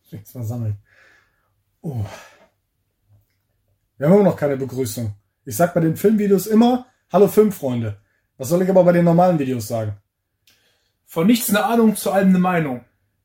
Jetzt mal sammeln. Oh. Wir haben immer noch keine Begrüßung. Ich sag bei den Filmvideos immer, hallo Filmfreunde. Was soll ich aber bei den normalen Videos sagen? Von nichts eine Ahnung, zu allem eine Meinung.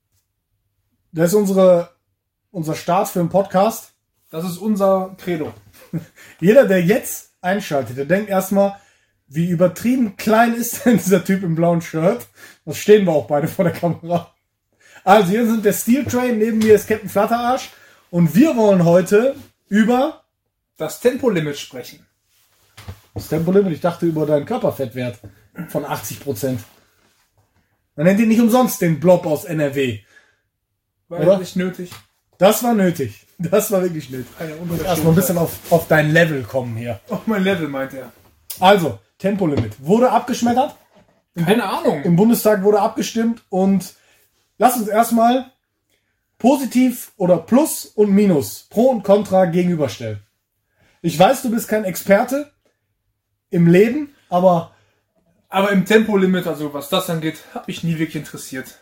Das ist unser Start für einen Podcast. Das ist unser Credo. Jeder, der jetzt einschaltet, der denkt erstmal, wie übertrieben klein ist denn dieser Typ im blauen Shirt. Das stehen wir auch beide vor der Kamera. Also hier sind der Steel Train, neben mir ist Captain Flatterarsch. Und wir wollen heute über das Tempolimit sprechen. das Tempolimit. Ich dachte über deinen Körperfettwert von 80%. Man nennt ihn nicht umsonst den Blob aus NRW. War Oder? nicht nötig. Das war nötig. Das war wirklich nötig. Erstmal ein bisschen auf dein Level kommen hier. Auf mein Level, meint er. Also, Tempolimit. Wurde abgeschmettert. Keine Ahnung. Im Bundestag wurde abgestimmt und lass uns erstmal positiv oder Plus und Minus, Pro und Contra gegenüberstellen. Ich weiß, du bist kein Experte im Leben, aber im Tempolimit, also was das angeht, habe ich nie wirklich interessiert.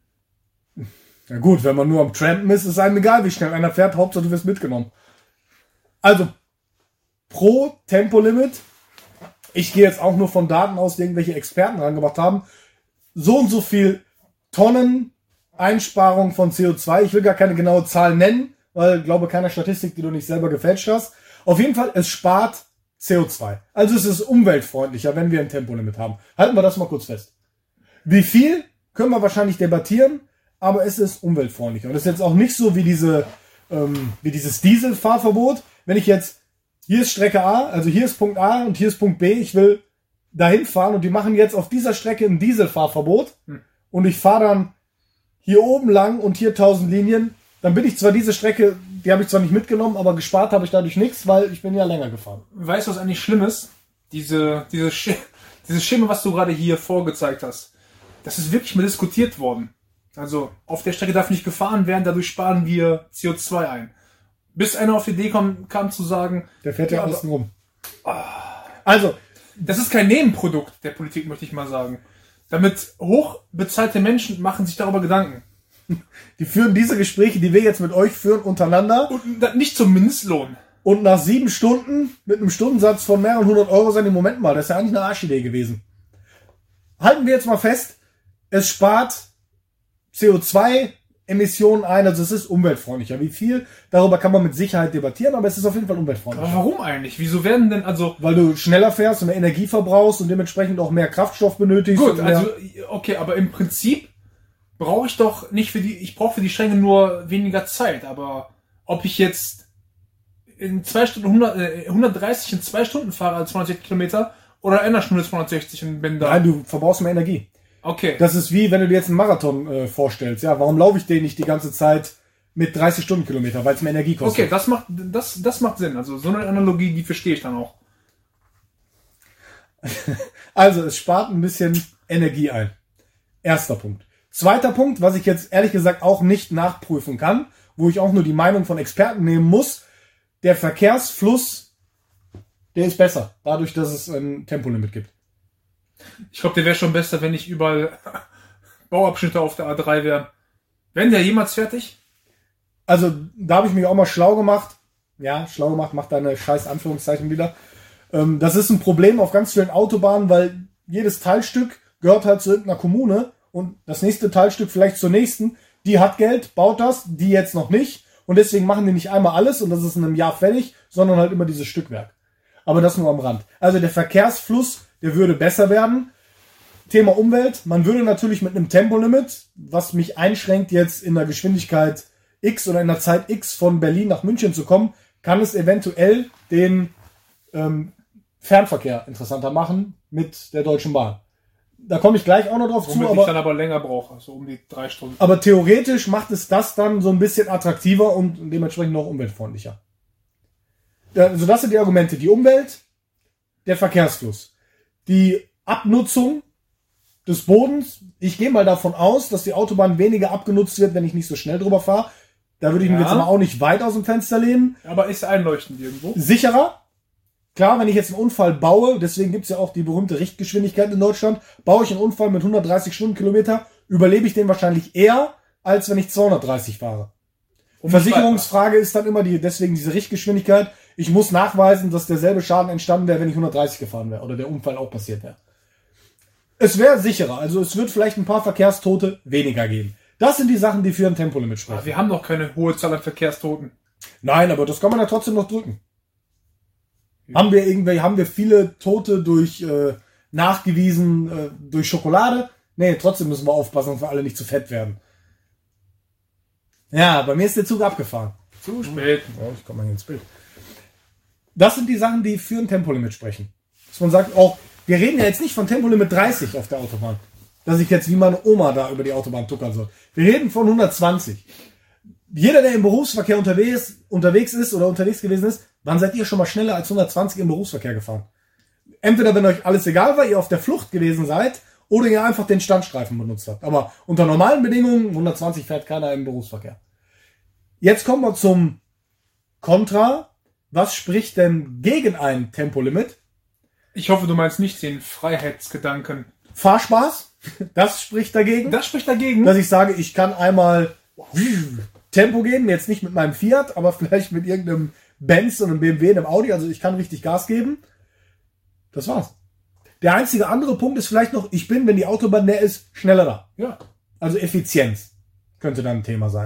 na gut, wenn man nur am Trampen ist, ist einem egal, wie schnell einer fährt, Hauptsache du wirst mitgenommen. Also, pro Tempolimit, ich gehe jetzt auch nur von Daten aus, die irgendwelche Experten rangebracht haben, so und so viel Tonnen Einsparung von CO2. Ich will gar keine genaue Zahl nennen, weil ich glaube keiner Statistik, die du nicht selber gefälscht hast. Auf jeden Fall, es spart CO2. Also es ist umweltfreundlicher, wenn wir ein Tempolimit haben. Halten wir das mal kurz fest. Wie viel, können wir wahrscheinlich debattieren, aber es ist umweltfreundlicher. Und es ist jetzt auch nicht so wie dieses Dieselfahrverbot. Wenn ich jetzt, hier ist Strecke A, also hier ist Punkt A und hier ist Punkt B, ich will dahin fahren und die machen jetzt auf dieser Strecke ein Dieselfahrverbot und ich fahre dann hier oben lang und hier 1000 Linien, dann bin ich zwar diese Strecke, die habe ich zwar nicht mitgenommen, aber gespart habe ich dadurch nichts, weil ich bin ja länger gefahren. Weißt du, was eigentlich schlimm ist? Dieses Schema, was du gerade hier vorgezeigt hast, das ist wirklich mal diskutiert worden. Also auf der Strecke darf nicht gefahren werden, dadurch sparen wir CO2 ein. Bis einer auf die Idee kam zu sagen, Der fährt ja außen rum. Also, das ist kein Nebenprodukt der Politik, möchte ich mal sagen. Damit hochbezahlte Menschen machen sich darüber Gedanken. die führen diese Gespräche, die wir jetzt mit euch führen, untereinander. Und nicht zum Mindestlohn. Und nach 7 Stunden mit einem Stundensatz von mehreren 100 Euro sagen die, Moment mal, das ist ja eigentlich eine Arschidee gewesen. Halten wir jetzt mal fest, es spart CO2-Emissionen ein, also es ist umweltfreundlicher. Wie viel? Darüber kann man mit Sicherheit debattieren, aber es ist auf jeden Fall umweltfreundlicher. Aber warum eigentlich? Wieso werden denn Weil du schneller fährst und mehr Energie verbrauchst und dementsprechend auch mehr Kraftstoff benötigst. Gut, also, okay, aber im Prinzip brauche ich doch nicht ich brauche für die Strecke nur weniger Zeit, aber ob ich jetzt in 2 Stunden 130 in 2 Stunden fahre als 260 Kilometer oder in einer Stunde 260 und bin da. Nein, du verbrauchst mehr Energie. Okay. Das ist wie, wenn du dir jetzt einen Marathon vorstellst. Ja, warum laufe ich den nicht die ganze Zeit mit 30 Stundenkilometer? Weil es mehr Energie kostet. Okay, das macht Sinn. Also so eine Analogie, die verstehe ich dann auch. Also, es spart ein bisschen Energie ein. Erster Punkt. Zweiter Punkt, was ich jetzt ehrlich gesagt auch nicht nachprüfen kann, wo ich auch nur die Meinung von Experten nehmen muss, der Verkehrsfluss, der ist besser, dadurch, dass es ein Tempolimit gibt. Ich glaube, der wäre schon besser, wenn nicht überall Bauabschnitte auf der A3 wären. Wären der jemals fertig? Also, da habe ich mich auch mal schlau gemacht. Ja, schlau gemacht, macht deine scheiß Anführungszeichen wieder. Das ist ein Problem auf ganz vielen Autobahnen, weil jedes Teilstück gehört halt zu irgendeiner Kommune und das nächste Teilstück vielleicht zur nächsten. Die hat Geld, baut das, die jetzt noch nicht. Und deswegen machen die nicht einmal alles und das ist in einem Jahr fertig, sondern halt immer dieses Stückwerk. Aber das nur am Rand. Also der Verkehrsfluss, der würde besser werden. Thema Umwelt. Man würde natürlich mit einem Tempolimit, was mich einschränkt, jetzt in der Geschwindigkeit X oder in der Zeit X von Berlin nach München zu kommen, kann es eventuell den Fernverkehr interessanter machen mit der Deutschen Bahn. Da komme ich gleich auch noch drauf Womit zu. ich dann aber länger brauche, so um die 3 Stunden. Aber theoretisch macht es das dann so ein bisschen attraktiver und dementsprechend auch umweltfreundlicher. Also das sind die Argumente. Die Umwelt, der Verkehrsfluss, die Abnutzung des Bodens. Ich gehe mal davon aus, dass die Autobahn weniger abgenutzt wird, wenn ich nicht so schnell drüber fahre. Da würde ich mich jetzt aber auch nicht weit aus dem Fenster lehnen. Aber ist einleuchtend irgendwo. Sicherer. Klar, wenn ich jetzt einen Unfall baue, deswegen gibt's ja auch die berühmte Richtgeschwindigkeit in Deutschland, baue ich einen Unfall mit 130 Stundenkilometer, überlebe ich den wahrscheinlich eher, als wenn ich 230 fahre. Versicherungsfrage ist dann immer deswegen diese Richtgeschwindigkeit. Ich muss nachweisen, dass derselbe Schaden entstanden wäre, wenn ich 130 gefahren wäre oder der Unfall auch passiert wäre. Es wäre sicherer, also es wird vielleicht ein paar Verkehrstote weniger geben. Das sind die Sachen, die für ein Tempolimit sprechen. Aber wir haben doch keine hohe Zahl an Verkehrstoten. Nein, aber das kann man ja trotzdem noch drücken. Haben wir viele Tote durch nachgewiesen durch Schokolade? Nee, trotzdem müssen wir aufpassen, dass wir alle nicht zu fett werden. Ja, bei mir ist der Zug abgefahren. Zu spät. Oh, ich komme mal hier ins Bild. Das sind die Sachen, die für ein Tempolimit sprechen. Dass man sagt, auch, wir reden ja jetzt nicht von Tempolimit 30 auf der Autobahn. Dass ich jetzt wie meine Oma da über die Autobahn tuckern soll. Wir reden von 120. Jeder, der im Berufsverkehr unterwegs ist oder unterwegs gewesen ist, wann seid ihr schon mal schneller als 120 im Berufsverkehr gefahren? Entweder wenn euch alles egal war, ihr auf der Flucht gewesen seid, oder ihr einfach den Standstreifen benutzt habt. Aber unter normalen Bedingungen, 120 fährt keiner im Berufsverkehr. Jetzt kommen wir zum Kontra. Was spricht denn gegen ein Tempolimit? Ich hoffe, du meinst nicht den Freiheitsgedanken. Fahrspaz, das spricht dagegen. Das spricht dagegen? Dass ich sage, ich kann einmal Tempo geben, jetzt nicht mit meinem Fiat, aber vielleicht mit irgendeinem Benz und einem BMW, einem Audi. Also ich kann richtig Gas geben. Das war's. Der einzige andere Punkt ist vielleicht noch, ich bin, wenn die Autobahn leer ist, schneller da. Ja. Also Effizienz könnte dann ein Thema sein.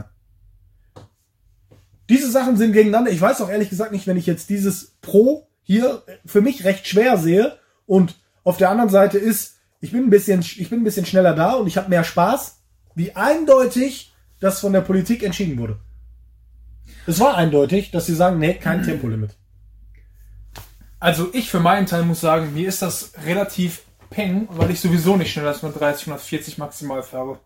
Diese Sachen sind gegeneinander. Ich weiß auch ehrlich gesagt nicht, wenn ich jetzt dieses Pro hier für mich recht schwer sehe und auf der anderen Seite ist, ich bin ein bisschen schneller da und ich habe mehr Spaß, wie eindeutig das von der Politik entschieden wurde. Es war eindeutig, dass sie sagen, nee, kein Tempolimit. Also ich für meinen Teil muss sagen, mir ist das relativ peng, weil ich sowieso nicht schneller als 130, 140 maximal fahre.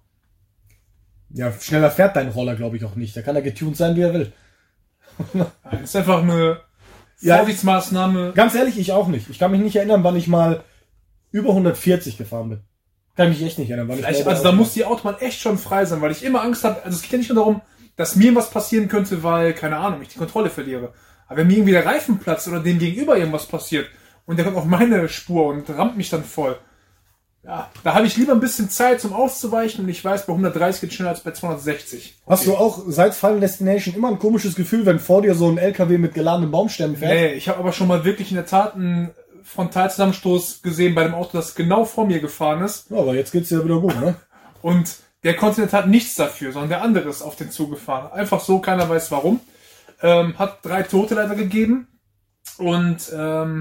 Ja, schneller fährt dein Roller, glaube ich, auch nicht. Da kann er getuned sein, wie er will. Nein, ist einfach eine Vorsichtsmaßnahme. Ganz ehrlich, ich auch nicht. Ich kann mich nicht erinnern, wann ich mal über 140 gefahren bin. Kann mich echt nicht erinnern. Also da muss die Autobahn echt schon frei sein, weil ich immer Angst habe. Also es geht ja nicht nur darum, dass mir was passieren könnte, weil, keine Ahnung, ich die Kontrolle verliere. Aber wenn mir irgendwie der Reifen platzt oder dem gegenüber irgendwas passiert und der kommt auf meine Spur und rammt mich dann voll, ja, da habe ich lieber ein bisschen Zeit zum Auszuweichen und ich weiß, bei 130 geht schneller als bei 260. Okay. Hast du auch seit Final Destination immer ein komisches Gefühl, wenn vor dir so ein LKW mit geladenen Baumstämmen fährt? Nee, ich habe aber schon mal wirklich in der Tat einen Frontalzusammenstoß gesehen bei dem Auto, das genau vor mir gefahren ist. Ja, aber jetzt geht's ja wieder gut, ne? Und der konnte in der Tat nichts dafür, sondern der andere ist auf den Zug gefahren. Einfach so, keiner weiß warum. Hat 3 Tote leider gegeben. Und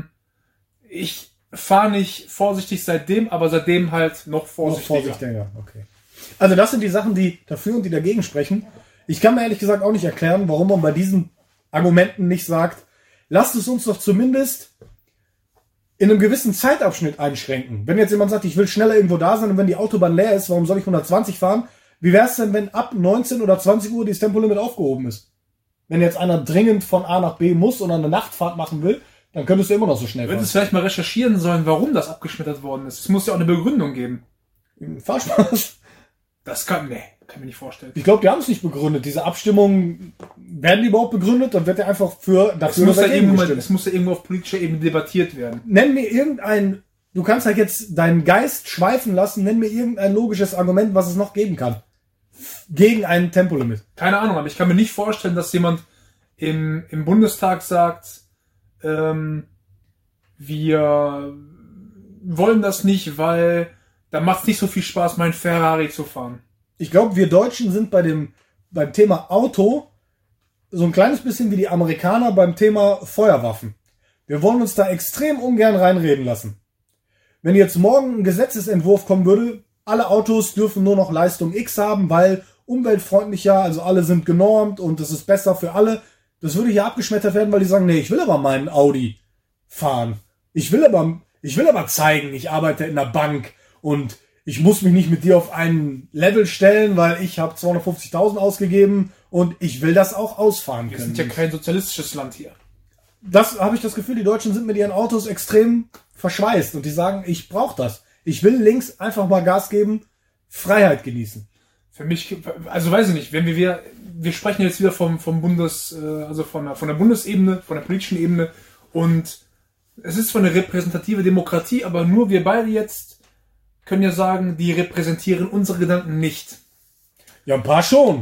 ich fahre nicht vorsichtig seitdem, aber seitdem halt noch vorsichtiger. Okay. Also das sind die Sachen, die dafür und die dagegen sprechen. Ich kann mir ehrlich gesagt auch nicht erklären, warum man bei diesen Argumenten nicht sagt, lasst es uns doch zumindest in einem gewissen Zeitabschnitt einschränken. Wenn jetzt jemand sagt, ich will schneller irgendwo da sein und wenn die Autobahn leer ist, warum soll ich 120 fahren? Wie wäre es denn, wenn ab 19 oder 20 Uhr das Tempolimit aufgehoben ist? Wenn jetzt einer dringend von A nach B muss und eine Nachtfahrt machen will, dann könntest du immer noch so schnell fahren. Du hättest vielleicht mal recherchieren sollen, warum das abgeschmettert worden ist. Es muss ja auch eine Begründung geben. Fahrspaz? Das kann mir nicht vorstellen. Ich glaube, die haben es nicht begründet. Diese Abstimmungen, werden die überhaupt begründet? Dann wird ja einfach es muss ja irgendwo auf politischer Ebene debattiert werden. Nenn mir du kannst halt jetzt deinen Geist schweifen lassen, nenn mir irgendein logisches Argument, was es noch geben kann. Gegen ein Tempolimit. Keine Ahnung, aber ich kann mir nicht vorstellen, dass jemand im Bundestag sagt, wir wollen das nicht, weil da macht es nicht so viel Spaß, mein Ferrari zu fahren. Ich glaube, wir Deutschen sind beim Thema Auto so ein kleines bisschen wie die Amerikaner beim Thema Feuerwaffen. Wir wollen uns da extrem ungern reinreden lassen. Wenn jetzt morgen ein Gesetzesentwurf kommen würde, alle Autos dürfen nur noch Leistung X haben, weil umweltfreundlicher, also alle sind genormt und das ist besser für alle. Das würde hier abgeschmettert werden, weil die sagen, nee, ich will aber meinen Audi fahren. Ich will aber zeigen, ich arbeite in der Bank und ich muss mich nicht mit dir auf ein Level stellen, weil ich habe 250.000 ausgegeben und ich will das auch ausfahren können. Wir sind ja kein sozialistisches Land hier. Das habe ich das Gefühl, die Deutschen sind mit ihren Autos extrem verschweißt und die sagen, ich brauche das. Ich will links einfach mal Gas geben, Freiheit genießen. Für mich, also weiß ich nicht, wenn wir sprechen jetzt wieder vom also von der Bundesebene, von der politischen Ebene und es ist zwar eine repräsentative Demokratie, aber nur wir beide jetzt können ja sagen, die repräsentieren unsere Gedanken nicht. Ja, ein paar schon.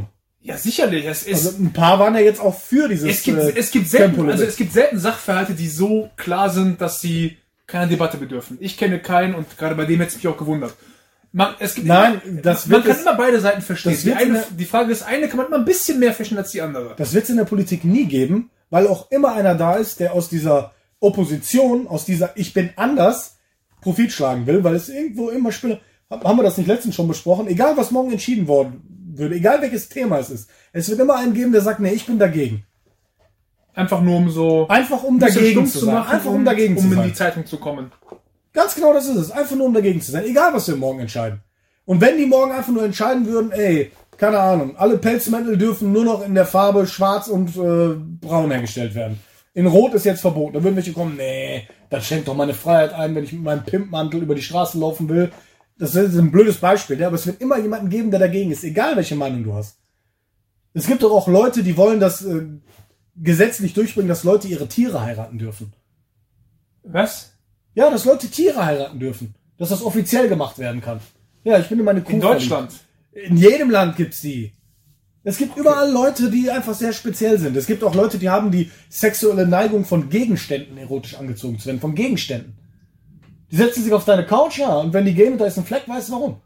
Ja, sicherlich. Also ein paar waren ja jetzt auch für dieses es gibt selten Sachverhalte, die so klar sind, dass sie keiner Debatte bedürfen. Ich kenne keinen und gerade bei dem hätte es mich auch gewundert. Man kann immer beide Seiten verstehen. Die Frage ist, eine kann man immer ein bisschen mehr verstehen als die andere. Das wird es in der Politik nie geben, weil auch immer einer da ist, der aus dieser Opposition, aus dieser Ich bin anders, Profit schlagen will, weil es irgendwo immer haben wir das nicht letztens schon besprochen, egal was morgen entschieden worden würde, egal welches Thema es ist, es wird immer einen geben, der sagt, nee, ich bin dagegen. Einfach um dagegen zu sein. Einfach um dagegen zu sein. Um in die Zeitung zu kommen. Ganz genau das ist es. Einfach nur um dagegen zu sein. Egal, was wir morgen entscheiden. Und wenn die morgen einfach nur entscheiden würden, keine Ahnung, alle Pelzmäntel dürfen nur noch in der Farbe schwarz und braun hergestellt werden. In Rot ist jetzt verboten. Da würden welche kommen, nee, das schränkt doch meine Freiheit ein, wenn ich mit meinem Pimpmantel über die Straße laufen will. Das ist ein blödes Beispiel, aber es wird immer jemanden geben, der dagegen ist. Egal, welche Meinung du hast. Es gibt doch auch Leute, die wollen das gesetzlich durchbringen, dass Leute ihre Tiere heiraten dürfen. Was? Ja, dass Leute Tiere heiraten dürfen. Dass das offiziell gemacht werden kann. Ja, ich bin in meine Kuh. In Deutschland? In jedem Land gibt's die. Es gibt überall Leute, die einfach sehr speziell sind. Es gibt auch Leute, die haben die sexuelle Neigung, von Gegenständen erotisch angezogen zu werden. Von Gegenständen. Die setzen sich auf deine Couch, ja, und wenn die gehen und da ist ein Fleck, weißt du warum.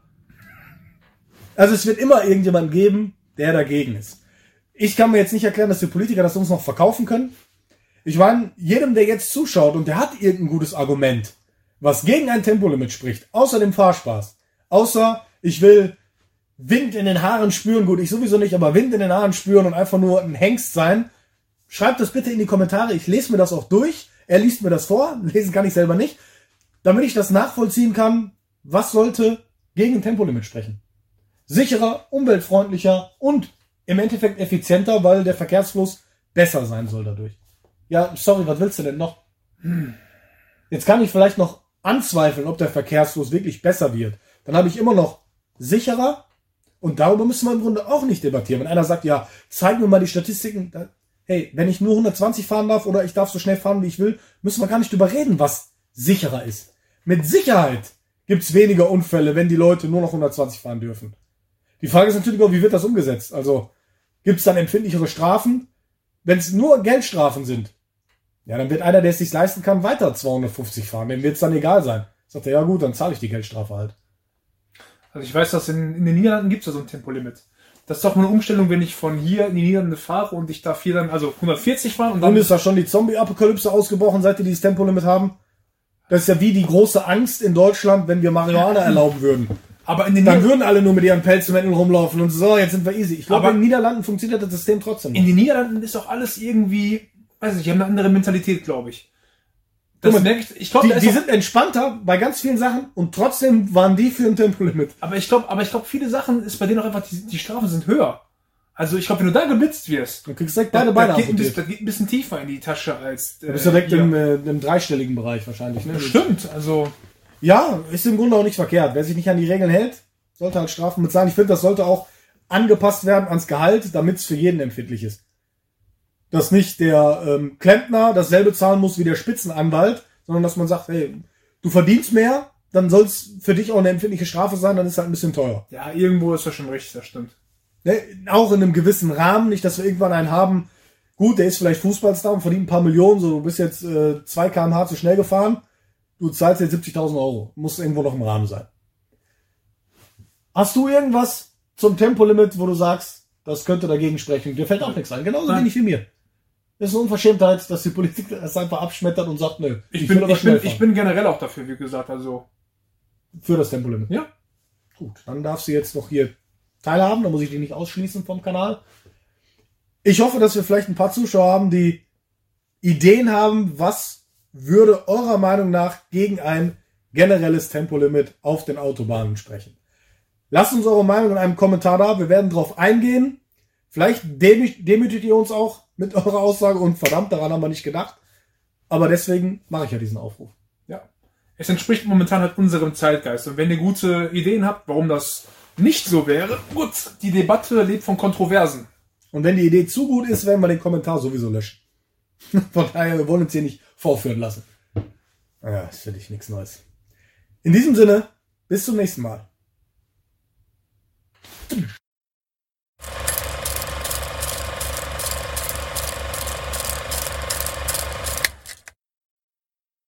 Also es wird immer irgendjemanden geben, der dagegen ist. Ich kann mir jetzt nicht erklären, dass die Politiker das uns noch verkaufen können. Ich meine, jedem, der jetzt zuschaut und der hat irgendein gutes Argument, was gegen ein Tempolimit spricht, außer dem Fahrspaß, außer ich will Wind in den Haaren spüren, gut, ich sowieso nicht, aber Wind in den Haaren spüren und einfach nur ein Hengst sein, schreibt das bitte in die Kommentare, ich lese mir das auch durch, er liest mir das vor, lesen kann ich selber nicht, damit ich das nachvollziehen kann, was sollte gegen ein Tempolimit sprechen. Sicherer, umweltfreundlicher und im Endeffekt effizienter, weil der Verkehrsfluss besser sein soll dadurch. Ja, sorry, was willst du denn noch? Jetzt kann ich vielleicht noch anzweifeln, ob der Verkehrsfluss wirklich besser wird. Dann habe ich immer noch sicherer und darüber müssen wir im Grunde auch nicht debattieren. Wenn einer sagt, ja, zeig mir mal die Statistiken. Hey, wenn ich nur 120 fahren darf oder ich darf so schnell fahren, wie ich will, müssen wir gar nicht drüber reden, was sicherer ist. Mit Sicherheit gibt's weniger Unfälle, wenn die Leute nur noch 120 fahren dürfen. Die Frage ist natürlich auch, wie wird das umgesetzt? Also, gibt's dann empfindlichere Strafen? Wenn es nur Geldstrafen sind, ja, dann wird einer, der es sich leisten kann, weiter 250 fahren. Dem wird's dann egal sein. Sagt er, ja gut, dann zahle ich die Geldstrafe halt. Also ich weiß, dass in den Niederlanden gibt's ja so ein Tempolimit. Das ist doch eine Umstellung, wenn ich von hier in die Niederlande fahre und ich darf hier dann also 140 fahren. Und ist da schon die Zombie-Apokalypse ausgebrochen, seit die dieses Tempolimit haben? Das ist ja wie die große Angst in Deutschland, wenn wir Marihuana erlauben würden. Aber dann würden alle nur mit ihren Pelzmänteln rumlaufen und so, jetzt sind wir easy. Ich glaube, in den Niederlanden funktioniert das System trotzdem noch. In den Niederlanden ist doch alles irgendwie, weiß nicht, die haben eine andere Mentalität, glaube ich. Das merke ich. Ich glaube, die sind entspannter bei ganz vielen Sachen und trotzdem waren die für ein Tempolimit. Aber ich glaube, viele Sachen ist bei denen auch einfach, die Strafen sind höher. Also ich glaube, wenn du da geblitzt wirst, du kriegst direkt beide Beine amputiert. Das geht ein bisschen tiefer in die Tasche als. Du bist direkt im dreistelligen Bereich wahrscheinlich. Ne? Stimmt, also. Ja, ist im Grunde auch nicht verkehrt. Wer sich nicht an die Regeln hält, sollte halt Strafen bezahlen. Ich finde, das sollte auch angepasst werden ans Gehalt, damit es für jeden empfindlich ist. Dass nicht der Klempner dasselbe zahlen muss wie der Spitzenanwalt, sondern dass man sagt, hey, du verdienst mehr, dann soll es für dich auch eine empfindliche Strafe sein, dann ist es halt ein bisschen teuer. Ja, irgendwo ist das schon richtig, das stimmt. Ne, auch in einem gewissen Rahmen, nicht, dass wir irgendwann einen haben, gut, der ist vielleicht Fußballstar und verdient ein paar Millionen, so du bist jetzt 2 km/h zu schnell gefahren, du zahlst jetzt 70.000 Euro. Muss irgendwo noch im Rahmen sein. Hast du irgendwas zum Tempolimit, wo du sagst, das könnte dagegen sprechen? Dir fällt auch nichts ein. Genauso wenig wie mir. Das ist eine Unverschämtheit, dass die Politik das einfach abschmettert und sagt, nö. Ich bin generell auch dafür, wie gesagt, also. Für das Tempolimit? Ja. Gut, dann darfst du jetzt noch hier teilhaben, dann muss ich dich nicht ausschließen vom Kanal. Ich hoffe, dass wir vielleicht ein paar Zuschauer haben, die Ideen haben, was würde eurer Meinung nach gegen ein generelles Tempolimit auf den Autobahnen sprechen. Lasst uns eure Meinung in einem Kommentar da, wir werden drauf eingehen. Vielleicht demütigt ihr uns auch mit eurer Aussage und verdammt, daran haben wir nicht gedacht. Aber deswegen mache ich ja diesen Aufruf. Ja. Es entspricht momentan halt unserem Zeitgeist. Und wenn ihr gute Ideen habt, warum das nicht so wäre, gut, die Debatte lebt von Kontroversen. Und wenn die Idee zu gut ist, werden wir den Kommentar sowieso löschen. Von daher, wir wollen uns hier nicht vorführen lassen. Naja, ist für dich nichts Neues. In diesem Sinne, bis zum nächsten Mal.